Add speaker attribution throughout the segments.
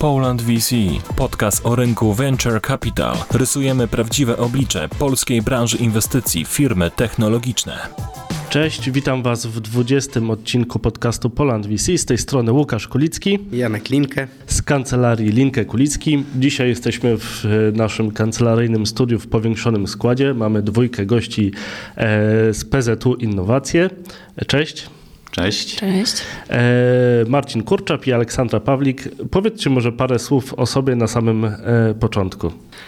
Speaker 1: Poland VC, podcast o rynku Venture Capital. Rysujemy prawdziwe oblicze polskiej branży inwestycji w firmy technologiczne.
Speaker 2: Cześć, witam Was w 20. odcinku podcastu Poland VC. Z tej strony Łukasz Kulicki.
Speaker 3: Janek Linke.
Speaker 2: Z kancelarii Linke Kulicki. Dzisiaj jesteśmy w naszym kancelaryjnym studiu w powiększonym składzie. Mamy dwójkę gości z PZU Innowacje. Cześć.
Speaker 4: Cześć.
Speaker 5: Cześć.
Speaker 2: Marcin Kurczap i Aleksandra Pawlik. Powiedzcie może parę słów o sobie na samym początku.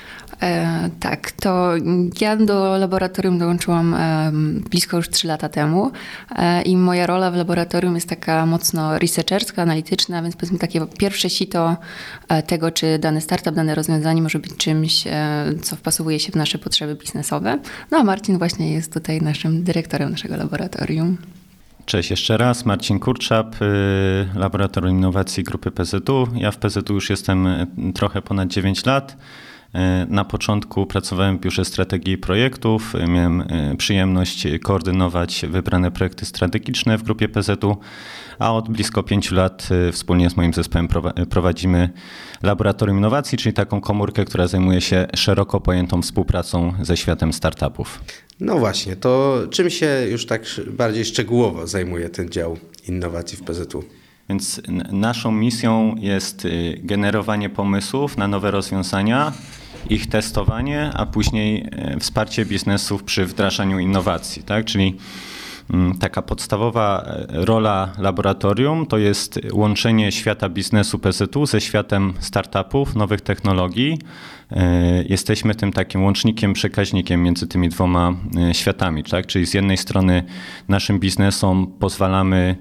Speaker 5: Tak, to ja do laboratorium dołączyłam blisko już 3 lata temu i moja rola w laboratorium jest taka mocno researcherska, analityczna, więc powiedzmy takie pierwsze sito tego, czy dany startup, dane rozwiązanie może być czymś, co wpasowuje się w nasze potrzeby biznesowe. No a Marcin właśnie jest tutaj naszym dyrektorem naszego laboratorium.
Speaker 4: Cześć jeszcze raz, Marcin Kurczap, Laboratorium Innowacji Grupy PZU. Ja w PZU już jestem trochę ponad 9 lat. Na początku pracowałem w biurze strategii i projektów. Miałem przyjemność koordynować wybrane projekty strategiczne w grupie PZU, a od blisko 5 lat wspólnie z moim zespołem prowadzimy Laboratorium Innowacji, czyli taką komórkę, która zajmuje się szeroko pojętą współpracą ze światem startupów.
Speaker 3: No właśnie, to czym się już tak bardziej szczegółowo zajmuje ten dział innowacji w PZU?
Speaker 4: Więc naszą misją jest generowanie pomysłów na nowe rozwiązania, ich testowanie, a później wsparcie biznesów przy wdrażaniu innowacji, tak? Czyli taka podstawowa rola laboratorium to jest łączenie świata biznesu PZU ze światem startupów, nowych technologii. Jesteśmy tym takim łącznikiem, przekaźnikiem między tymi dwoma światami, tak? Czyli z jednej strony naszym biznesom pozwalamy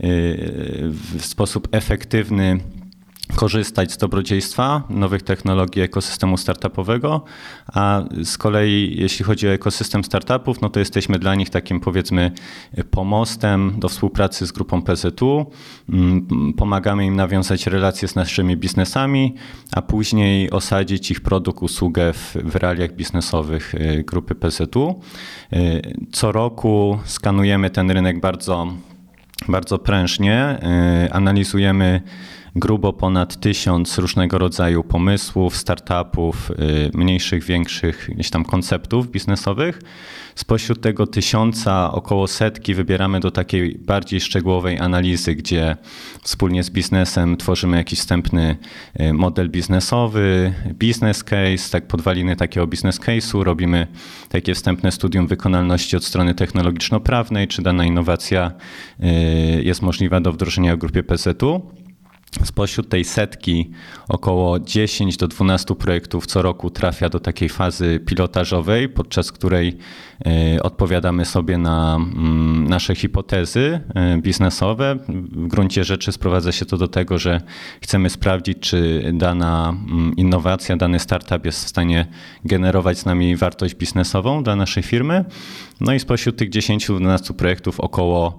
Speaker 4: w sposób efektywny korzystać z dobrodziejstwa nowych technologii ekosystemu startupowego, a z kolei jeśli chodzi o ekosystem startupów, no to jesteśmy dla nich takim powiedzmy pomostem do współpracy z grupą PZU. Pomagamy im nawiązać relacje z naszymi biznesami, a później osadzić ich produkt, usługę w realiach biznesowych grupy PZU. Co roku skanujemy ten rynek bardzo prężnie, analizujemy grubo ponad 1000 różnego rodzaju pomysłów, startupów, mniejszych, większych gdzieś tam konceptów biznesowych. Spośród tego 1000 około setki wybieramy do takiej bardziej szczegółowej analizy, gdzie wspólnie z biznesem tworzymy jakiś wstępny model biznesowy, business case, tak podwaliny takiego business case'u, robimy takie wstępne studium wykonalności od strony technologiczno-prawnej, czy dana innowacja jest możliwa do wdrożenia w grupie PZU. Spośród tej setki około 10 do 12 projektów co roku trafia do takiej fazy pilotażowej, podczas której odpowiadamy sobie na nasze hipotezy biznesowe. W gruncie rzeczy sprowadza się to do tego, że chcemy sprawdzić, czy dana innowacja, dany startup jest w stanie generować z nami wartość biznesową dla naszej firmy. No i spośród tych 10-12 projektów około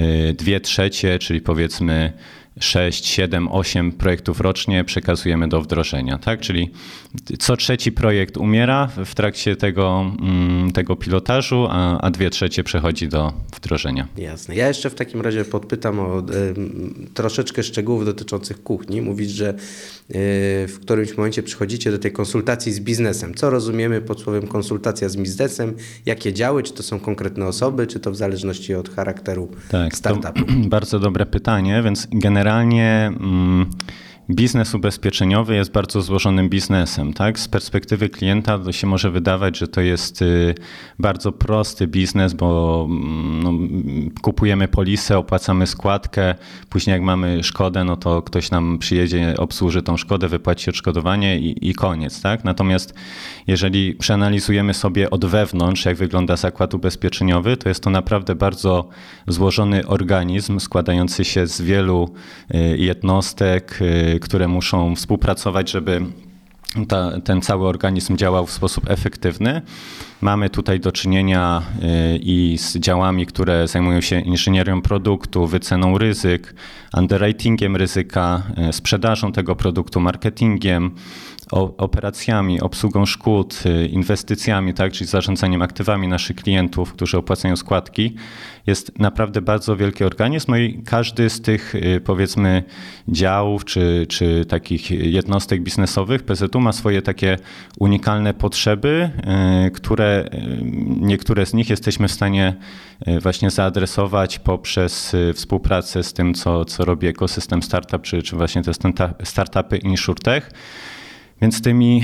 Speaker 4: 2/3, czyli powiedzmy 6, 7, 8 projektów rocznie przekazujemy do wdrożenia, tak? Czyli co trzeci projekt umiera w trakcie tego pilotażu, a 2/3 przechodzi do wdrożenia.
Speaker 3: Jasne. Ja jeszcze w takim razie podpytam o troszeczkę szczegółów dotyczących kuchni. Mówisz, że w którymś momencie przychodzicie do tej konsultacji z biznesem. Co rozumiemy pod słowem konsultacja z biznesem? Jakie działy? Czy to są konkretne osoby? Czy to w zależności od charakteru startupu?
Speaker 4: Bardzo dobre pytanie, więc generalnie biznes ubezpieczeniowy jest bardzo złożonym biznesem, tak? Z perspektywy klienta to się może wydawać, że to jest bardzo prosty biznes, bo kupujemy polisę, opłacamy składkę, później jak mamy szkodę, no to ktoś nam przyjedzie, obsłuży tą szkodę, wypłaci odszkodowanie i koniec, tak? Natomiast jeżeli przeanalizujemy sobie od wewnątrz, jak wygląda zakład ubezpieczeniowy, to jest to naprawdę bardzo złożony organizm składający się z wielu jednostek, które muszą współpracować, żeby ten cały organizm działał w sposób efektywny. Mamy tutaj do czynienia i z działami, które zajmują się inżynierią produktu, wyceną ryzyk, underwritingiem ryzyka, sprzedażą tego produktu, marketingiem, operacjami, obsługą szkód, inwestycjami, tak, czyli zarządzaniem aktywami naszych klientów, którzy opłacają składki, jest naprawdę bardzo wielki organizm. No i każdy z tych, powiedzmy, działów czy takich jednostek biznesowych PZU ma swoje takie unikalne potrzeby, które niektóre z nich jesteśmy w stanie właśnie zaadresować poprzez współpracę z tym, co robi ekosystem startup, czy właśnie te startupy InsurTech. Więc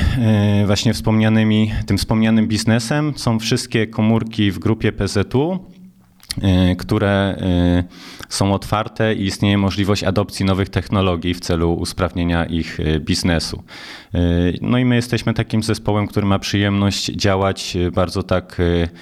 Speaker 4: tym wspomnianym biznesem są wszystkie komórki w grupie PZU, które są otwarte i istnieje możliwość adopcji nowych technologii w celu usprawnienia ich biznesu. No i my jesteśmy takim zespołem, który ma przyjemność działać bardzo tak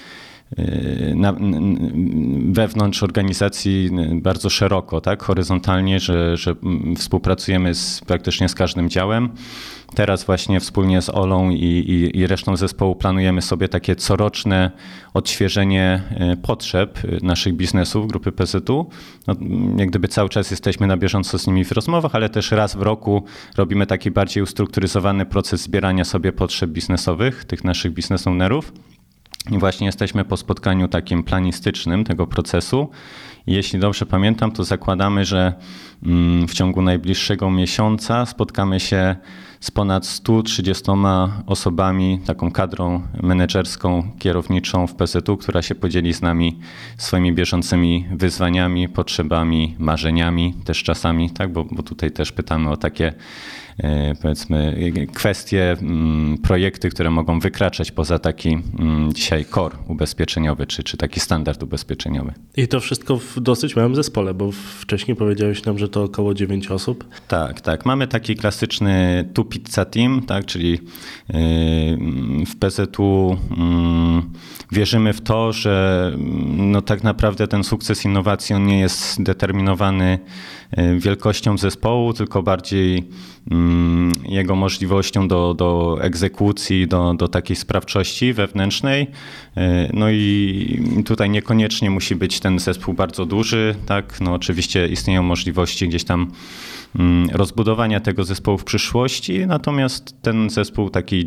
Speaker 4: wewnątrz organizacji bardzo szeroko, tak, horyzontalnie, że współpracujemy praktycznie z każdym działem. Teraz właśnie wspólnie z Olą i resztą zespołu planujemy sobie takie coroczne odświeżenie potrzeb naszych biznesów grupy PZU. No, jak gdyby cały czas jesteśmy na bieżąco z nimi w rozmowach, ale też raz w roku robimy taki bardziej ustrukturyzowany proces zbierania sobie potrzeb biznesowych, tych naszych biznes ownerów. I właśnie jesteśmy po spotkaniu takim planistycznym tego procesu. I jeśli dobrze pamiętam, to zakładamy, że w ciągu najbliższego miesiąca spotkamy się z ponad 130 osobami, taką kadrą menedżerską, kierowniczą w PZU, która się podzieli z nami swoimi bieżącymi wyzwaniami, potrzebami, marzeniami, też czasami, tak, bo tutaj też pytamy o takie, powiedzmy, kwestie, projekty, które mogą wykraczać poza taki dzisiaj core ubezpieczeniowy, czy taki standard ubezpieczeniowy.
Speaker 2: I to wszystko w dosyć małym zespole, bo wcześniej powiedziałeś nam, że to około 9 osób.
Speaker 4: Tak. Mamy taki klasyczny two-pizza team, tak, czyli w PZU wierzymy w to, że no tak naprawdę ten sukces innowacji on nie jest determinowany wielkością zespołu, tylko bardziej jego możliwością do egzekucji, do takiej sprawczości wewnętrznej. No i tutaj niekoniecznie musi być ten zespół bardzo duży, tak? No oczywiście istnieją możliwości gdzieś tam rozbudowania tego zespołu w przyszłości, natomiast ten zespół taki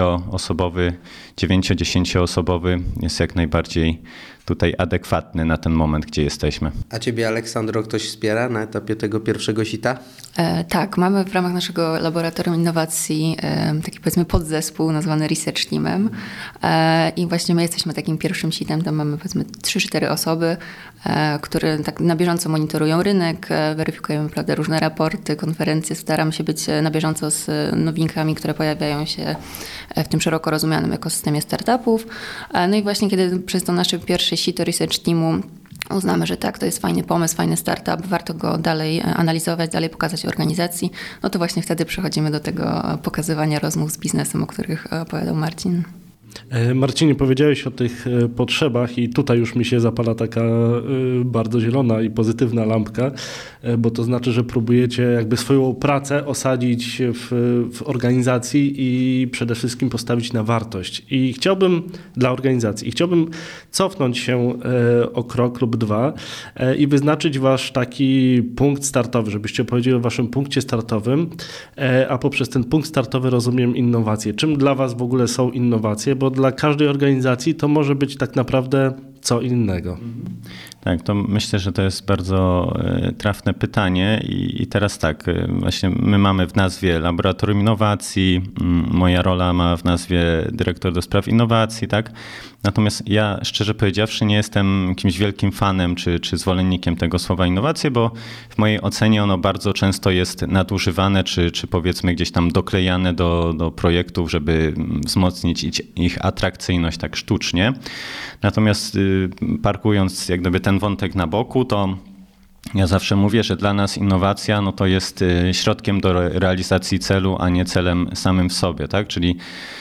Speaker 4: 9-10-osobowy jest jak najbardziej tutaj adekwatny na ten moment, gdzie jesteśmy.
Speaker 3: A ciebie, Aleksandro, ktoś wspiera na etapie tego pierwszego sita?
Speaker 5: Tak, mamy w ramach naszego laboratorium innowacji taki, powiedzmy, podzespół nazwany Research Teamem i właśnie my jesteśmy takim pierwszym sitem. Tam mamy, powiedzmy, 3-4 osoby, które tak na bieżąco monitorują rynek, weryfikujemy, prawda, różne raporty, konferencje, staramy się być na bieżąco z nowinkami, które pojawiają się w tym szeroko rozumianym ekosystemie startupów. No i właśnie kiedy przez to nasze pierwsze sito Research Teamu uznamy, że tak, to jest fajny pomysł, fajny startup, warto go dalej analizować, dalej pokazać organizacji, no to właśnie wtedy przechodzimy do tego pokazywania rozmów z biznesem, o których opowiadał Marcin.
Speaker 2: Marcinie, powiedziałeś o tych potrzebach i tutaj już mi się zapala taka bardzo zielona i pozytywna lampka, bo to znaczy, że próbujecie jakby swoją pracę osadzić w organizacji i przede wszystkim postawić na wartość. I chciałbym dla organizacji, chciałbym cofnąć się o krok lub dwa i wyznaczyć wasz taki punkt startowy, żebyście powiedzieli o waszym punkcie startowym, a poprzez ten punkt startowy rozumiem innowacje. Czym dla was w ogóle są innowacje? Bo dla każdej organizacji to może być tak naprawdę co innego.
Speaker 4: Tak, to myślę, że to jest bardzo trafne pytanie i teraz tak, właśnie my mamy w nazwie Laboratorium Innowacji, moja rola ma w nazwie Dyrektor do spraw innowacji, tak? Natomiast ja, szczerze powiedziawszy, nie jestem jakimś wielkim fanem czy zwolennikiem tego słowa innowacje, bo w mojej ocenie ono bardzo często jest nadużywane, czy powiedzmy gdzieś tam doklejane do projektów, żeby wzmocnić ich atrakcyjność tak sztucznie. Natomiast parkując jak gdyby ten wątek na boku, to ja zawsze mówię, że dla nas innowacja no to jest środkiem do realizacji celu, a nie celem samym w sobie, tak? Czyli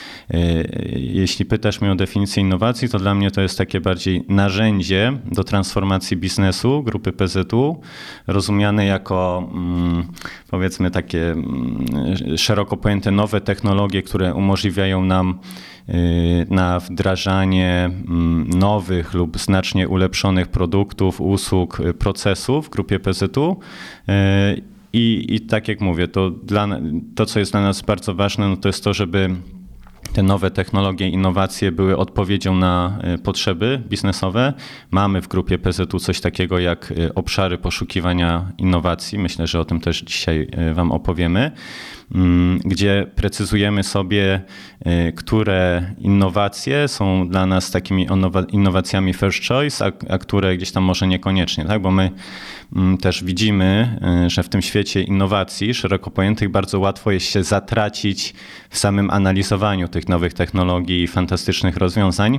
Speaker 4: jeśli pytasz mnie o definicję innowacji, to dla mnie to jest takie bardziej narzędzie do transformacji biznesu grupy PZU, rozumiane jako powiedzmy takie szeroko pojęte nowe technologie, które umożliwiają nam na wdrażanie nowych lub znacznie ulepszonych produktów, usług, procesów w grupie PZU. I tak jak mówię, to co jest dla nas bardzo ważne, no to jest to, żeby te nowe technologie, innowacje były odpowiedzią na potrzeby biznesowe. Mamy w grupie PZU coś takiego jak obszary poszukiwania innowacji. Myślę, że o tym też dzisiaj Wam opowiemy, gdzie precyzujemy sobie, które innowacje są dla nas takimi innowacjami first choice, a które gdzieś tam może niekoniecznie, tak? Bo my też widzimy, że w tym świecie innowacji szeroko pojętych bardzo łatwo jest się zatracić w samym analizowaniu tych nowych technologii i fantastycznych rozwiązań.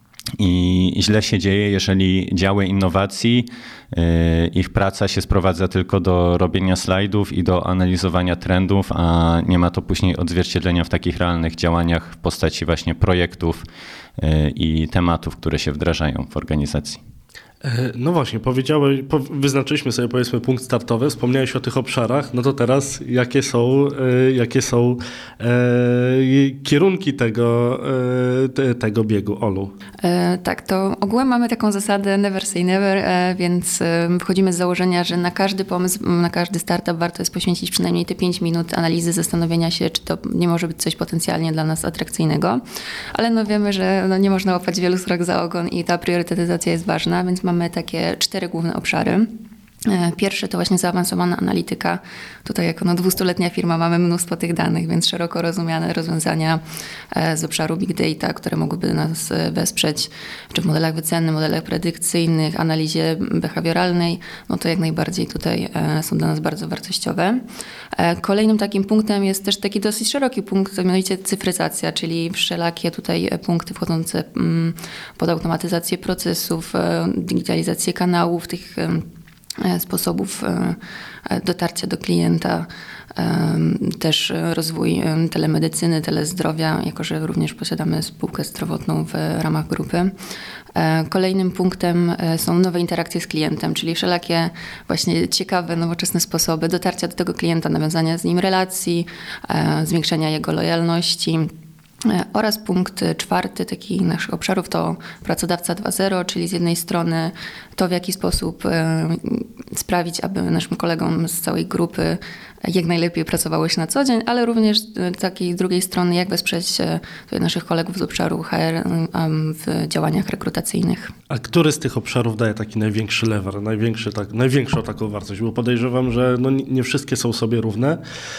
Speaker 4: I źle się dzieje, jeżeli działy innowacji, ich praca się sprowadza tylko do robienia slajdów i do analizowania trendów, a nie ma to później odzwierciedlenia w takich realnych działaniach w postaci właśnie projektów i tematów, które się wdrażają w organizacji.
Speaker 2: No właśnie, wyznaczyliśmy sobie powiedzmy punkt startowy, wspomniałeś o tych obszarach, no to teraz jakie są kierunki tego biegu, Olu?
Speaker 5: Tak, to ogółem mamy taką zasadę never say never, więc wychodzimy z założenia, że na każdy pomysł, na każdy startup warto jest poświęcić przynajmniej te 5 minut analizy, zastanowienia się, czy to nie może być coś potencjalnie dla nas atrakcyjnego, ale no wiemy, że nie można łapać wielu srok za ogon i ta priorytetyzacja jest ważna, więc mamy takie 4 główne obszary. Pierwszy to właśnie zaawansowana analityka. Tutaj jako 200-letnia firma mamy mnóstwo tych danych, więc szeroko rozumiane rozwiązania z obszaru big data, które mogłyby nas wesprzeć czy w modelach wycennych, modelach predykcyjnych, analizie behawioralnej, no to jak najbardziej tutaj są dla nas bardzo wartościowe. Kolejnym takim punktem jest też taki dosyć szeroki punkt, mianowicie cyfryzacja, czyli wszelakie tutaj punkty wchodzące pod automatyzację procesów, digitalizację kanałów, tych sposobów dotarcia do klienta, też rozwój telemedycyny, telezdrowia, jako że również posiadamy spółkę zdrowotną w ramach grupy. Kolejnym punktem są nowe interakcje z klientem, czyli wszelakie właśnie ciekawe, nowoczesne sposoby dotarcia do tego klienta, nawiązania z nim relacji, zwiększenia jego lojalności. Oraz punkt 4 takich naszych obszarów to pracodawca 2.0, czyli z jednej strony to, w jaki sposób sprawić, aby naszym kolegom z całej grupy jak najlepiej pracowało się na co dzień, ale również z takiej drugiej strony, jak wesprzeć tutaj naszych kolegów z obszaru HR w działaniach rekrutacyjnych.
Speaker 2: A który z tych obszarów daje taki największy lever, największą taką wartość? Bo podejrzewam, że nie wszystkie są sobie równe.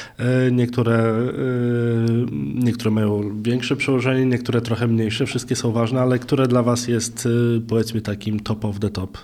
Speaker 2: Niektóre mają większe przełożenie, niektóre trochę mniejsze. Wszystkie są ważne, ale które dla Was jest powiedzmy takim top of the top?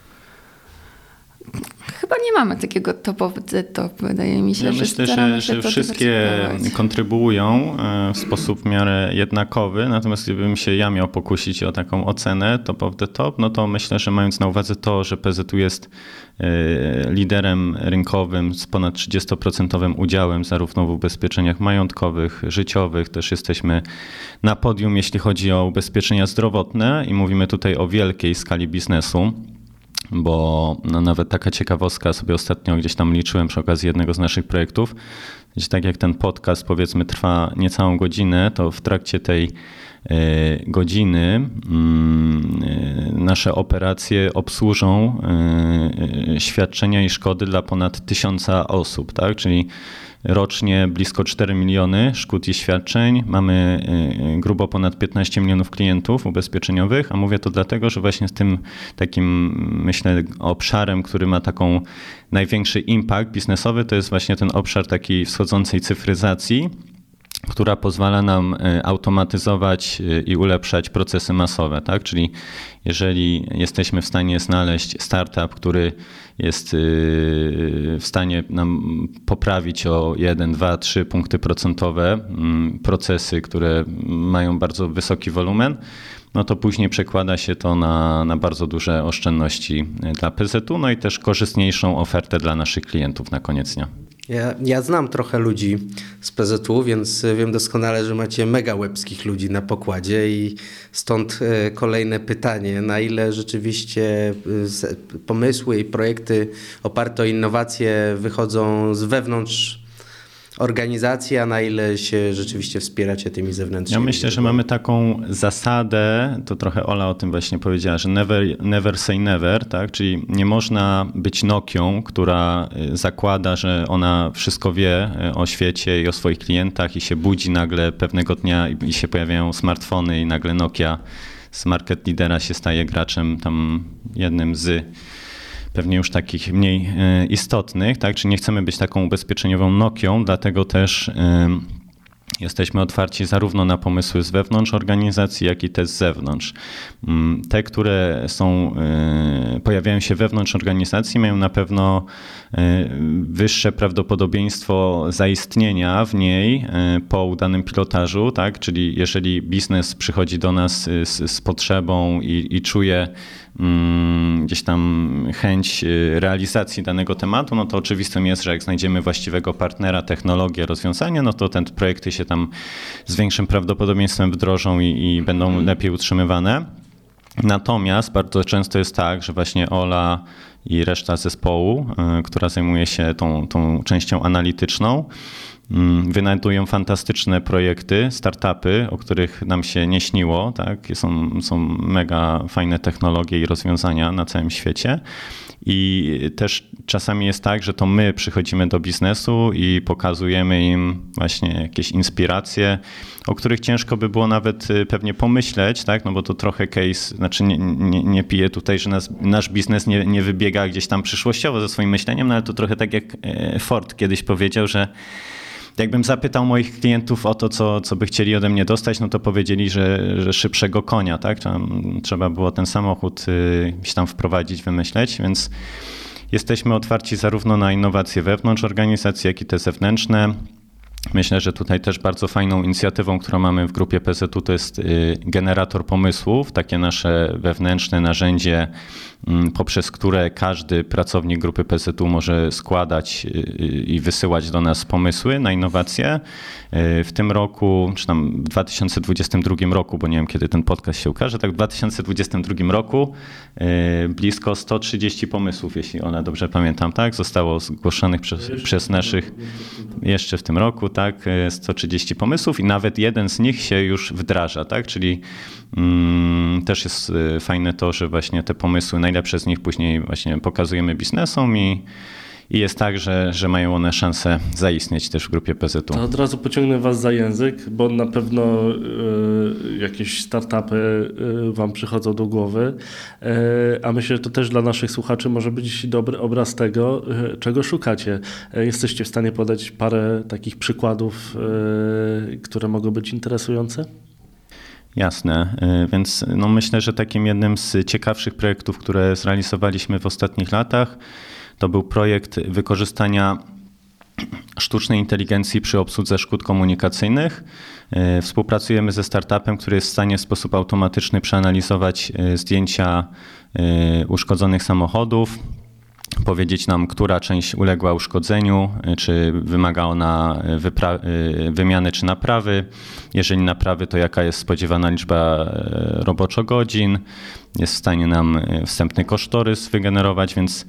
Speaker 5: Chyba nie mamy takiego top of the top, wydaje mi się.
Speaker 4: Ja myślę, że wszystkie kontrybuują w sposób w miarę jednakowy, natomiast gdybym się ja miał pokusić o taką ocenę top of the top, no to myślę, że mając na uwadze to, że PZU jest liderem rynkowym z ponad 30% udziałem zarówno w ubezpieczeniach majątkowych, życiowych, też jesteśmy na podium, jeśli chodzi o ubezpieczenia zdrowotne i mówimy tutaj o wielkiej skali biznesu. Bo nawet taka ciekawostka, sobie ostatnio gdzieś tam liczyłem przy okazji jednego z naszych projektów, gdzie tak jak ten podcast powiedzmy trwa niecałą godzinę, to w trakcie tej godziny nasze operacje obsłużą świadczenia i szkody dla ponad 1000 osób, tak? Czyli rocznie blisko 4 miliony szkód i świadczeń. Mamy grubo ponad 15 milionów klientów ubezpieczeniowych, a mówię to dlatego, że właśnie z tym takim, myślę, obszarem, który ma taką największy impact biznesowy, to jest właśnie ten obszar takiej wschodzącej cyfryzacji, która pozwala nam automatyzować i ulepszać procesy masowe, tak? Czyli jeżeli jesteśmy w stanie znaleźć startup, który jest w stanie nam poprawić o 1, 2, 3 punkty procentowe procesy, które mają bardzo wysoki wolumen, no to później przekłada się to na bardzo duże oszczędności dla PZU, no i też korzystniejszą ofertę dla naszych klientów na koniec dnia.
Speaker 3: Ja znam trochę ludzi z PZU, więc wiem doskonale, że macie mega łebskich ludzi na pokładzie i stąd kolejne pytanie, na ile rzeczywiście pomysły i projekty oparte o innowacje wychodzą z wewnątrz organizacji, a na ile się rzeczywiście wspieracie tymi zewnętrznymi?
Speaker 4: Ja myślę, że mamy taką zasadę, to trochę Ola o tym właśnie powiedziała, że never say never, tak? Czyli nie można być Nokią, która zakłada, że ona wszystko wie o świecie i o swoich klientach i się budzi nagle pewnego dnia i się pojawiają smartfony i nagle Nokia z market lidera się staje graczem tam jednym z pewnie już takich mniej istotnych, tak? Czy nie chcemy być taką ubezpieczeniową Nokią, dlatego też jesteśmy otwarci zarówno na pomysły z wewnątrz organizacji, jak i te z zewnątrz. Te, które pojawiają się wewnątrz organizacji, mają na pewno wyższe prawdopodobieństwo zaistnienia w niej po udanym pilotażu, tak? Czyli jeżeli biznes przychodzi do nas z potrzebą i czuje gdzieś tam chęć realizacji danego tematu, no to oczywistym jest, że jak znajdziemy właściwego partnera, technologię, rozwiązanie, no to te projekty się tam z większym prawdopodobieństwem wdrożą i będą lepiej utrzymywane. Natomiast bardzo często jest tak, że właśnie Ola i reszta zespołu, która zajmuje się tą częścią analityczną, wynajdują fantastyczne projekty, startupy, o których nam się nie śniło, tak? Są mega fajne technologie i rozwiązania na całym świecie. I też czasami jest tak, że to my przychodzimy do biznesu i pokazujemy im właśnie jakieś inspiracje, o których ciężko by było nawet pewnie pomyśleć, tak? No bo to trochę case, znaczy nie piję tutaj, że nasz biznes nie wybiega gdzieś tam przyszłościowo ze swoim myśleniem, no ale to trochę tak jak Ford kiedyś powiedział, że jakbym zapytał moich klientów o to, co by chcieli ode mnie dostać, no to powiedzieli, że szybszego konia, tak? Trzeba było ten samochód gdzieś tam wprowadzić, wymyśleć, więc jesteśmy otwarci zarówno na innowacje wewnątrz organizacji, jak i te zewnętrzne. Myślę, że tutaj też bardzo fajną inicjatywą, którą mamy w grupie PZU, to jest generator pomysłów, takie nasze wewnętrzne narzędzie, poprzez które każdy pracownik grupy PZU może składać i wysyłać do nas pomysły na innowacje. W tym roku, czy tam w 2022 roku, bo nie wiem kiedy ten podcast się ukaże, tak w 2022 roku blisko 130 pomysłów, jeśli one dobrze pamiętam, tak, zostało zgłoszonych przez naszych jeszcze w tym roku, tak, 130 pomysłów i nawet jeden z nich się już wdraża, tak, czyli też jest fajne to, że właśnie te pomysły, najlepsze z nich później właśnie pokazujemy biznesom i jest tak, że mają one szansę zaistnieć też w grupie PZU.
Speaker 2: To od razu pociągnę was za język, bo na pewno jakieś startupy wam przychodzą do głowy, a myślę, że to też dla naszych słuchaczy może być dobry obraz tego, czego szukacie. Jesteście w stanie podać parę takich przykładów, które mogą być interesujące?
Speaker 4: Jasne, więc no myślę, że takim jednym z ciekawszych projektów, które zrealizowaliśmy w ostatnich latach, to był projekt wykorzystania sztucznej inteligencji przy obsłudze szkód komunikacyjnych. Współpracujemy ze startupem, który jest w stanie w sposób automatyczny przeanalizować zdjęcia uszkodzonych samochodów, powiedzieć nam, która część uległa uszkodzeniu, czy wymaga ona wymiany czy naprawy. Jeżeli naprawy, to jaka jest spodziewana liczba roboczo-godzin. Jest w stanie nam wstępny kosztorys wygenerować, więc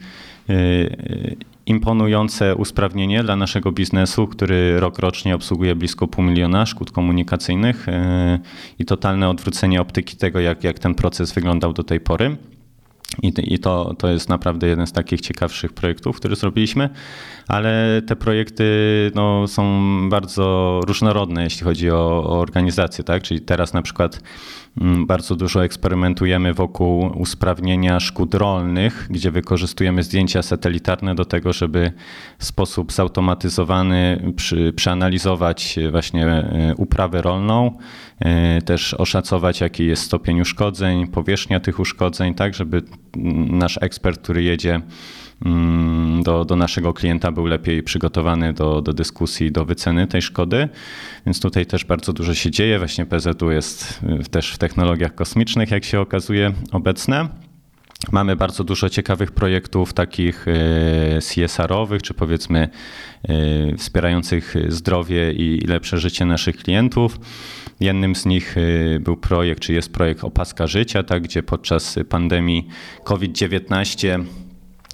Speaker 4: imponujące usprawnienie dla naszego biznesu, który rokrocznie obsługuje blisko 500 000 szkód komunikacyjnych i totalne odwrócenie optyki tego, jak ten proces wyglądał do tej pory. I to jest naprawdę jeden z takich ciekawszych projektów, które zrobiliśmy, ale te projekty no, są bardzo różnorodne, jeśli chodzi o organizację, tak? Czyli teraz na przykład bardzo dużo eksperymentujemy wokół usprawnienia szkód rolnych, gdzie wykorzystujemy zdjęcia satelitarne do tego, żeby w sposób zautomatyzowany przeanalizować właśnie uprawę rolną, też oszacować, jaki jest stopień uszkodzeń, powierzchnia tych uszkodzeń, tak, żeby nasz ekspert, który jedzie do naszego klienta, był lepiej przygotowany do dyskusji, do wyceny tej szkody. Więc tutaj też bardzo dużo się dzieje. Właśnie PZU jest też w technologiach kosmicznych, jak się okazuje, obecne. Mamy bardzo dużo ciekawych projektów takich CSR-owych, czy powiedzmy wspierających zdrowie i lepsze życie naszych klientów. Jednym z nich był projekt, czy jest projekt Opaska Życia, tak, gdzie podczas pandemii COVID-19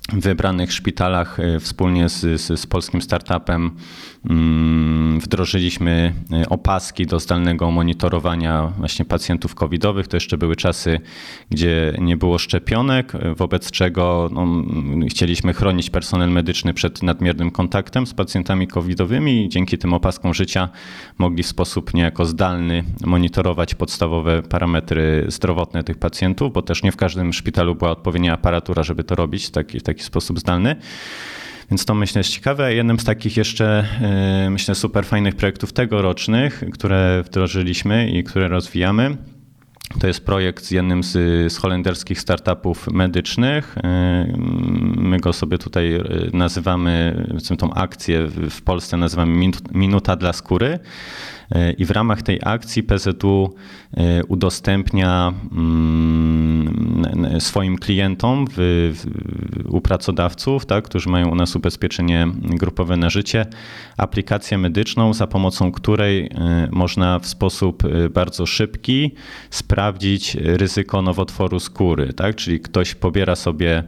Speaker 4: wybranych szpitalach wspólnie z polskim startupem wdrożyliśmy opaski do zdalnego monitorowania właśnie pacjentów covidowych. To jeszcze były czasy, gdzie nie było szczepionek, wobec czego chcieliśmy chronić personel medyczny przed nadmiernym kontaktem z pacjentami covidowymi i dzięki tym opaskom życia mogli w sposób niejako zdalny monitorować podstawowe parametry zdrowotne tych pacjentów, bo też nie w każdym szpitalu była odpowiednia aparatura, żeby to robić w taki sposób zdalny. Więc to myślę jest ciekawe. Jednym z takich jeszcze myślę super fajnych projektów tegorocznych, które wdrożyliśmy i które rozwijamy, to jest projekt z jednym z holenderskich startupów medycznych. My go sobie tutaj nazywamy, tą akcję w Polsce nazywamy Minuta dla skóry. I w ramach tej akcji PZU udostępnia swoim klientom u pracodawców, tak, którzy mają u nas ubezpieczenie grupowe na życie, aplikację medyczną, za pomocą której można w sposób bardzo szybki sprawdzić ryzyko nowotworu skóry. Tak? Czyli ktoś pobiera sobie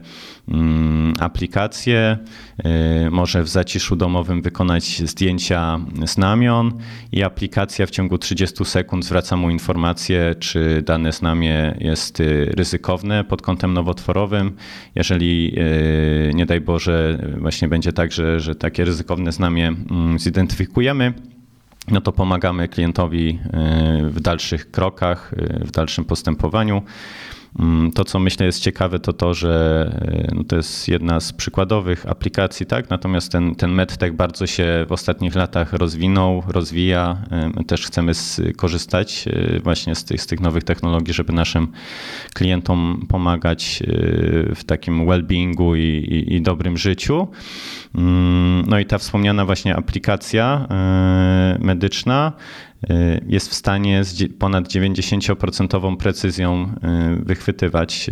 Speaker 4: aplikację, może w zaciszu domowym wykonać zdjęcia znamion i aplikacja w ciągu 30 sekund zwraca mu informację, czy dane znamie jest ryzykowne pod kątem nowotworowym. Jeżeli nie daj Boże właśnie będzie tak, że takie ryzykowne znamie zidentyfikujemy, no to pomagamy klientowi w dalszych krokach, w dalszym postępowaniu. To, co myślę jest ciekawe, to, że to jest jedna z przykładowych aplikacji, tak? Natomiast ten medtech bardzo się w ostatnich latach rozwija. My też chcemy korzystać właśnie z tych nowych technologii, żeby naszym klientom pomagać w takim well-beingu i dobrym życiu. No i ta wspomniana właśnie aplikacja medyczna jest w stanie z ponad 90% precyzją wychwytywać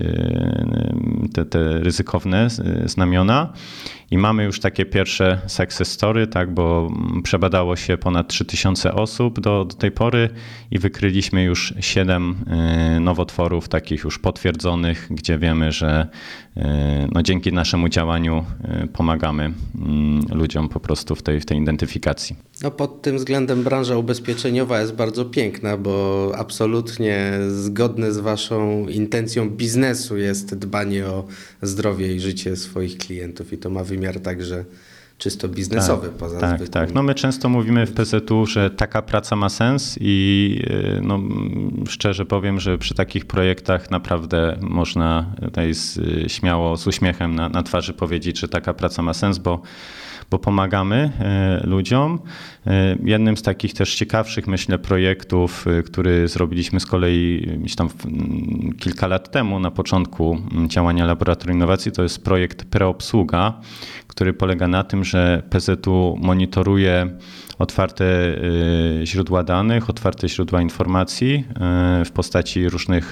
Speaker 4: te ryzykowne znamiona. I mamy już takie pierwsze success story, tak, bo przebadało się ponad 3000 osób do tej pory i wykryliśmy już 7 nowotworów takich już potwierdzonych, gdzie wiemy, że no, dzięki naszemu działaniu pomagamy ludziom po prostu w tej identyfikacji.
Speaker 3: No pod tym względem branża ubezpieczeniowa jest bardzo piękna, bo absolutnie zgodne z waszą intencją biznesu jest dbanie o zdrowie i życie swoich klientów i to ma wymiar także czysto biznesowy poza zwykłym.
Speaker 4: Tak. No my często mówimy w PZU, że taka praca ma sens i no, szczerze powiem, że przy takich projektach naprawdę można tutaj śmiało z uśmiechem na twarzy powiedzieć, że taka praca ma sens, bo pomagamy ludziom. Jednym z takich też ciekawszych, myślę, projektów, który zrobiliśmy z kolei gdzieś tam kilka lat temu na początku działania Laboratorium Innowacji, to jest projekt Preobsługa, który polega na tym, że PZU monitoruje otwarte źródła danych, otwarte źródła informacji w postaci różnych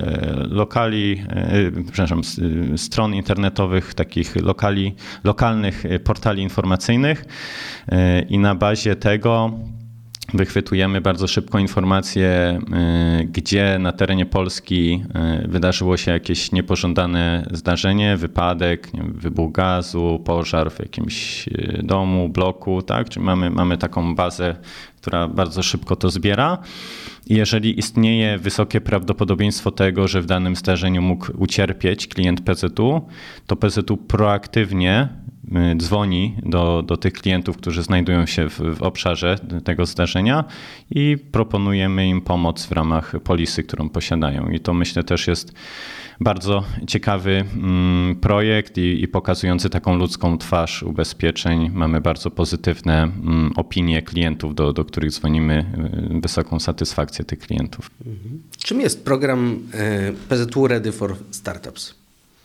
Speaker 4: stron internetowych, takich lokalnych portali informacyjnych i na bazie tego wychwytujemy bardzo szybko informacje, gdzie na terenie Polski wydarzyło się jakieś niepożądane zdarzenie, wypadek, wybuch gazu, pożar w jakimś domu, bloku, tak? Czyli mamy taką bazę, która bardzo szybko to zbiera. I jeżeli istnieje wysokie prawdopodobieństwo tego, że w danym zdarzeniu mógł ucierpieć klient PZU, to PZU proaktywnie dzwoni do tych klientów, którzy znajdują się w obszarze tego zdarzenia i proponujemy im pomoc w ramach polisy, którą posiadają. I to myślę też jest bardzo ciekawy projekt i pokazujący taką ludzką twarz ubezpieczeń. Mamy bardzo pozytywne opinie klientów, do których dzwonimy, wysoką satysfakcję tych klientów.
Speaker 3: Czym jest program PZU Ready for Startups?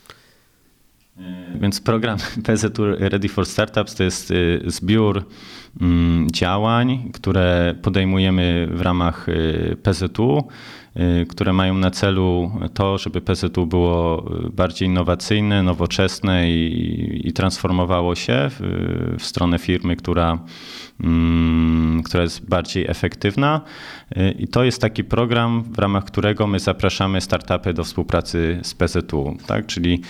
Speaker 4: Więc program PZU Ready for Startups to jest zbiór działań, które podejmujemy w ramach PZU które mają na celu to, żeby PZU było bardziej innowacyjne, nowoczesne i transformowało się w stronę firmy, która jest bardziej efektywna. I to jest taki program, w ramach którego my zapraszamy startupy do współpracy z PZU. Tak? Czyli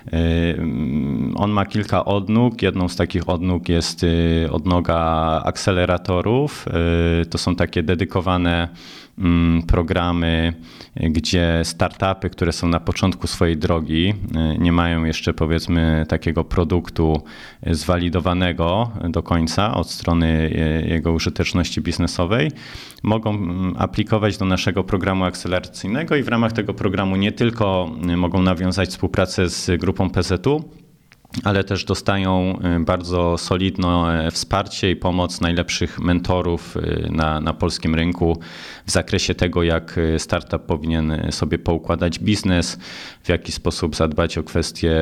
Speaker 4: on ma kilka odnóg. Jedną z takich odnóg jest odnoga akceleratorów. To są takie dedykowane programy, gdzie startupy, które są na początku swojej drogi, nie mają jeszcze powiedzmy takiego produktu zwalidowanego do końca od strony jego użyteczności biznesowej, mogą aplikować do naszego programu akceleracyjnego i w ramach tego programu nie tylko mogą nawiązać współpracę z grupą PZU, ale też dostają bardzo solidne wsparcie i pomoc najlepszych mentorów na polskim rynku w zakresie tego, jak startup powinien sobie poukładać biznes, w jaki sposób zadbać o kwestie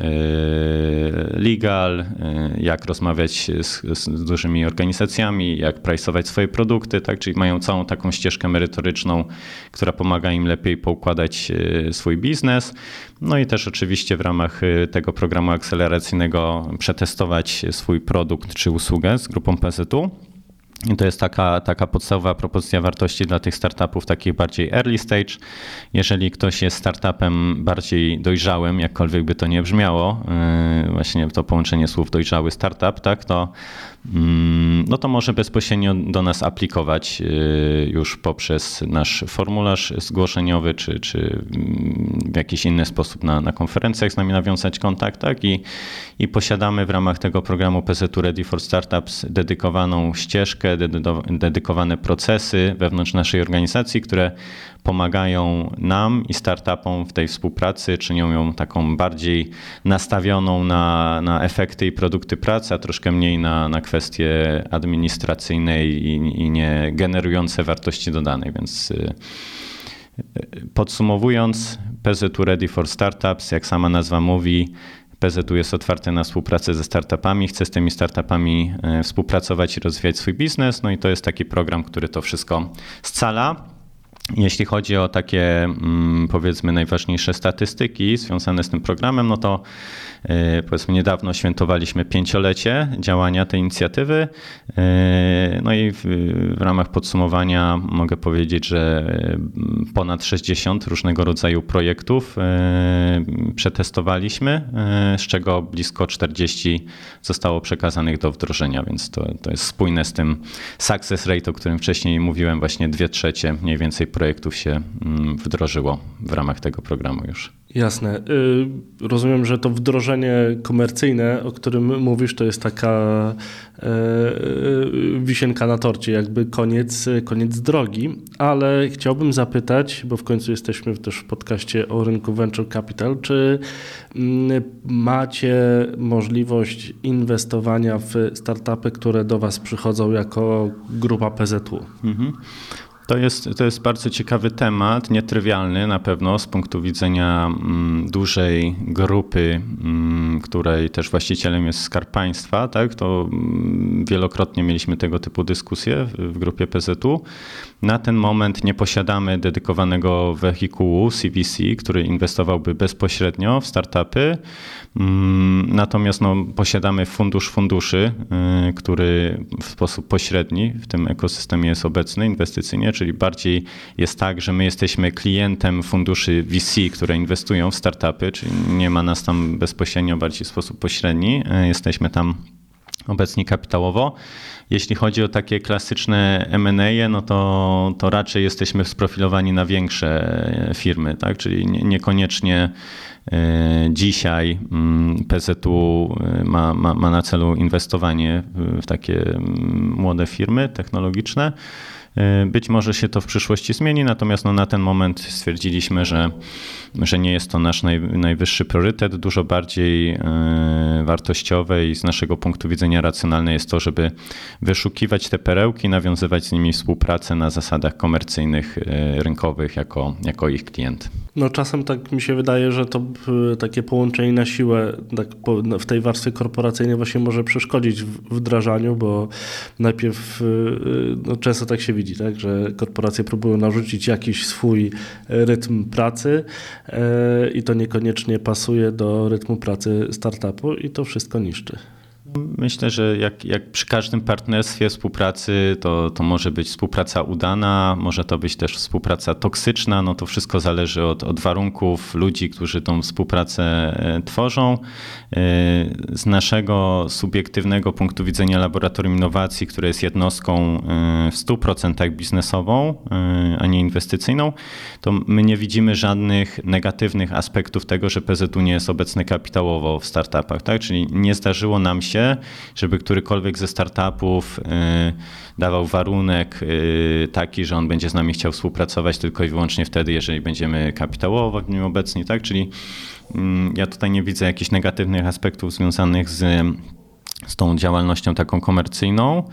Speaker 4: legal, jak rozmawiać z dużymi organizacjami, jak price'ować swoje produkty, tak? Czyli mają całą taką ścieżkę merytoryczną, która pomaga im lepiej poukładać swój biznes. No i też oczywiście w ramach tego programu akceleracyjnego przetestować swój produkt czy usługę z grupą PZU. I to jest taka podstawowa propozycja wartości dla tych startupów takich bardziej early stage. Jeżeli ktoś jest startupem bardziej dojrzałym, jakkolwiek by to nie brzmiało, właśnie to połączenie słów dojrzały startup, tak, no to może bezpośrednio do nas aplikować już poprzez nasz formularz zgłoszeniowy, czy w jakiś inny sposób na konferencjach z nami nawiązać kontakt, tak? I posiadamy w ramach tego programu PZU Ready for Startups dedykowaną ścieżkę, dedykowane procesy wewnątrz naszej organizacji, które pomagają nam i startupom w tej współpracy, czynią ją taką bardziej nastawioną na efekty i produkty pracy, a troszkę mniej na kwestie administracyjne i nie generujące wartości dodanej. Więc podsumowując, PZU Ready for Startups, jak sama nazwa mówi, PZU jest otwarte na współpracę ze startupami, chce z tymi startupami współpracować i rozwijać swój biznes. No i to jest taki program, który to wszystko scala. Jeśli chodzi o takie, powiedzmy, najważniejsze statystyki związane z tym programem, no to powiedzmy niedawno świętowaliśmy 5-lecie działania tej inicjatywy. No i w ramach podsumowania mogę powiedzieć, że ponad 60 różnego rodzaju projektów przetestowaliśmy, z czego blisko 40 zostało przekazanych do wdrożenia, więc to jest spójne z tym success rate, o którym wcześniej mówiłem, właśnie 2/3 mniej więcej projektów się wdrożyło w ramach tego programu już.
Speaker 2: Jasne. Rozumiem, że to wdrożenie komercyjne, o którym mówisz, to jest taka wisienka na torcie, jakby koniec drogi, ale chciałbym zapytać, bo w końcu jesteśmy też w podcaście o rynku Venture Capital, czy macie możliwość inwestowania w startupy, które do Was przychodzą jako grupa PZU? Mhm.
Speaker 4: To jest bardzo ciekawy temat, nietrywialny na pewno z punktu widzenia dużej grupy, której też właścicielem jest Skarb Państwa, tak? To wielokrotnie mieliśmy tego typu dyskusje w grupie PZU. Na ten moment nie posiadamy dedykowanego wehikułu CVC, który inwestowałby bezpośrednio w startupy. Natomiast posiadamy fundusz funduszy, który w sposób pośredni w tym ekosystemie jest obecny inwestycyjnie, czyli bardziej jest tak, że my jesteśmy klientem funduszy VC, które inwestują w startupy, czyli nie ma nas tam bezpośrednio, bardziej w sposób pośredni. Jesteśmy tam obecni kapitałowo. Jeśli chodzi o takie klasyczne M&A, no to raczej jesteśmy sprofilowani na większe firmy, tak? Czyli niekoniecznie dzisiaj PZU ma na celu inwestowanie w takie młode firmy technologiczne. Być może się to w przyszłości zmieni, natomiast na ten moment stwierdziliśmy, że nie jest to nasz najwyższy priorytet. Dużo bardziej wartościowe i z naszego punktu widzenia racjonalne jest to, żeby wyszukiwać te perełki, nawiązywać z nimi współpracę na zasadach komercyjnych, rynkowych jako ich klient.
Speaker 2: No czasem tak mi się wydaje, że to takie połączenie na siłę tak w tej warstwie korporacyjnej właśnie może przeszkodzić w wdrażaniu, bo najpierw często tak się widzi, widzi, tak? Że korporacje próbują narzucić jakiś swój rytm pracy i to niekoniecznie pasuje do rytmu pracy startupu i to wszystko niszczy.
Speaker 4: Myślę, że jak przy każdym partnerstwie, współpracy, to może być współpraca udana, może to być też współpraca toksyczna, no to wszystko zależy od warunków ludzi, którzy tą współpracę tworzą. Z naszego subiektywnego punktu widzenia Laboratorium Innowacji, które jest jednostką w 100% biznesową, a nie inwestycyjną, to my nie widzimy żadnych negatywnych aspektów tego, że PZU nie jest obecny kapitałowo w startupach, tak? Czyli nie zdarzyło nam się, żeby którykolwiek ze startupów dawał warunek taki, że on będzie z nami chciał współpracować tylko i wyłącznie wtedy, jeżeli będziemy kapitałowo w nim obecni, tak? Czyli ja tutaj nie widzę jakichś negatywnych aspektów związanych z tą działalnością taką komercyjną.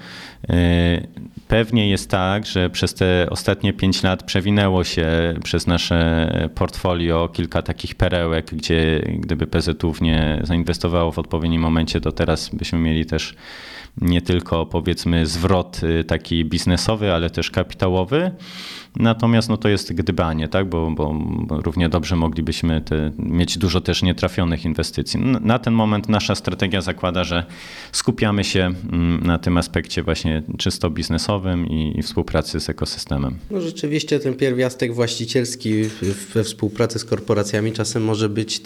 Speaker 4: Pewnie jest tak, że przez te ostatnie 5 lat przewinęło się przez nasze portfolio kilka takich perełek, gdzie gdyby PZU nie zainwestowało w odpowiednim momencie, to teraz byśmy mieli też nie tylko powiedzmy zwrot taki biznesowy, ale też kapitałowy. Natomiast no to jest gdybanie, tak? Bo równie dobrze moglibyśmy mieć dużo też nietrafionych inwestycji. Na ten moment nasza strategia zakłada, że skupiamy się na tym aspekcie właśnie czysto biznesowym i współpracy z ekosystemem.
Speaker 3: No rzeczywiście ten pierwiastek właścicielski we współpracy z korporacjami czasem może być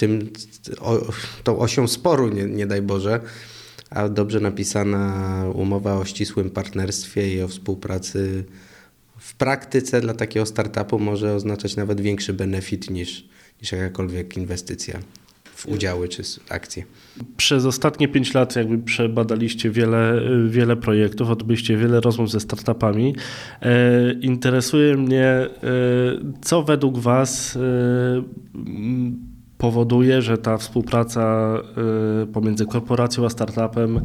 Speaker 3: tą osią sporu, nie daj Boże, a dobrze napisana umowa o ścisłym partnerstwie i o współpracy w praktyce dla takiego startupu może oznaczać nawet większy benefit niż jakakolwiek inwestycja w udziały czy akcje.
Speaker 2: Przez ostatnie 5 lat jakby przebadaliście wiele projektów, odbyliście wiele rozmów ze startupami. Interesuje mnie, co według Was powoduje, że ta współpraca pomiędzy korporacją a startupem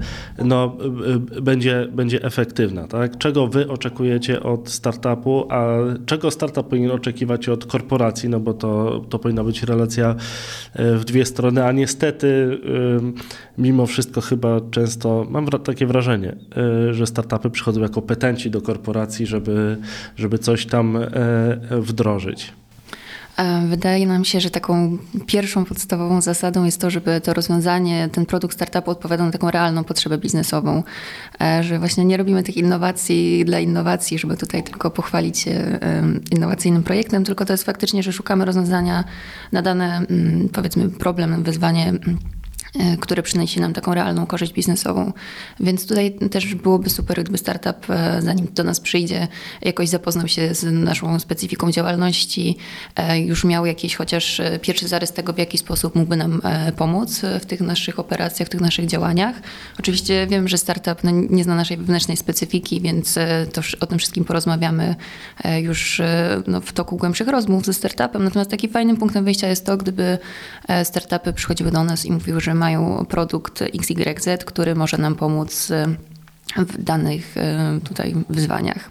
Speaker 2: będzie efektywna. Tak? Czego wy oczekujecie od startupu, a czego startup powinien oczekiwać od korporacji, no bo to powinna być relacja w dwie strony, a niestety mimo wszystko chyba często mam takie wrażenie, że startupy przychodzą jako petenci do korporacji, żeby coś tam wdrożyć.
Speaker 5: Wydaje nam się, że taką pierwszą podstawową zasadą jest to, żeby to rozwiązanie, ten produkt startupu odpowiadał na taką realną potrzebę biznesową, że właśnie nie robimy tych innowacji dla innowacji, żeby tutaj tylko pochwalić się innowacyjnym projektem, tylko to jest faktycznie, że szukamy rozwiązania na dane, powiedzmy, problem, wyzwanie, które przyniesie nam taką realną korzyść biznesową. Więc tutaj też byłoby super, gdyby startup, zanim do nas przyjdzie, jakoś zapoznał się z naszą specyfiką działalności, już miał jakiś chociaż pierwszy zarys tego, w jaki sposób mógłby nam pomóc w tych naszych operacjach, w tych naszych działaniach. Oczywiście wiem, że startup nie zna naszej wewnętrznej specyfiki, więc to o tym wszystkim porozmawiamy już w toku głębszych rozmów ze startupem. Natomiast takim fajnym punktem wyjścia jest to, gdyby startupy przychodziły do nas i mówiły, że mają produkt XYZ, który może nam pomóc w danych tutaj wyzwaniach.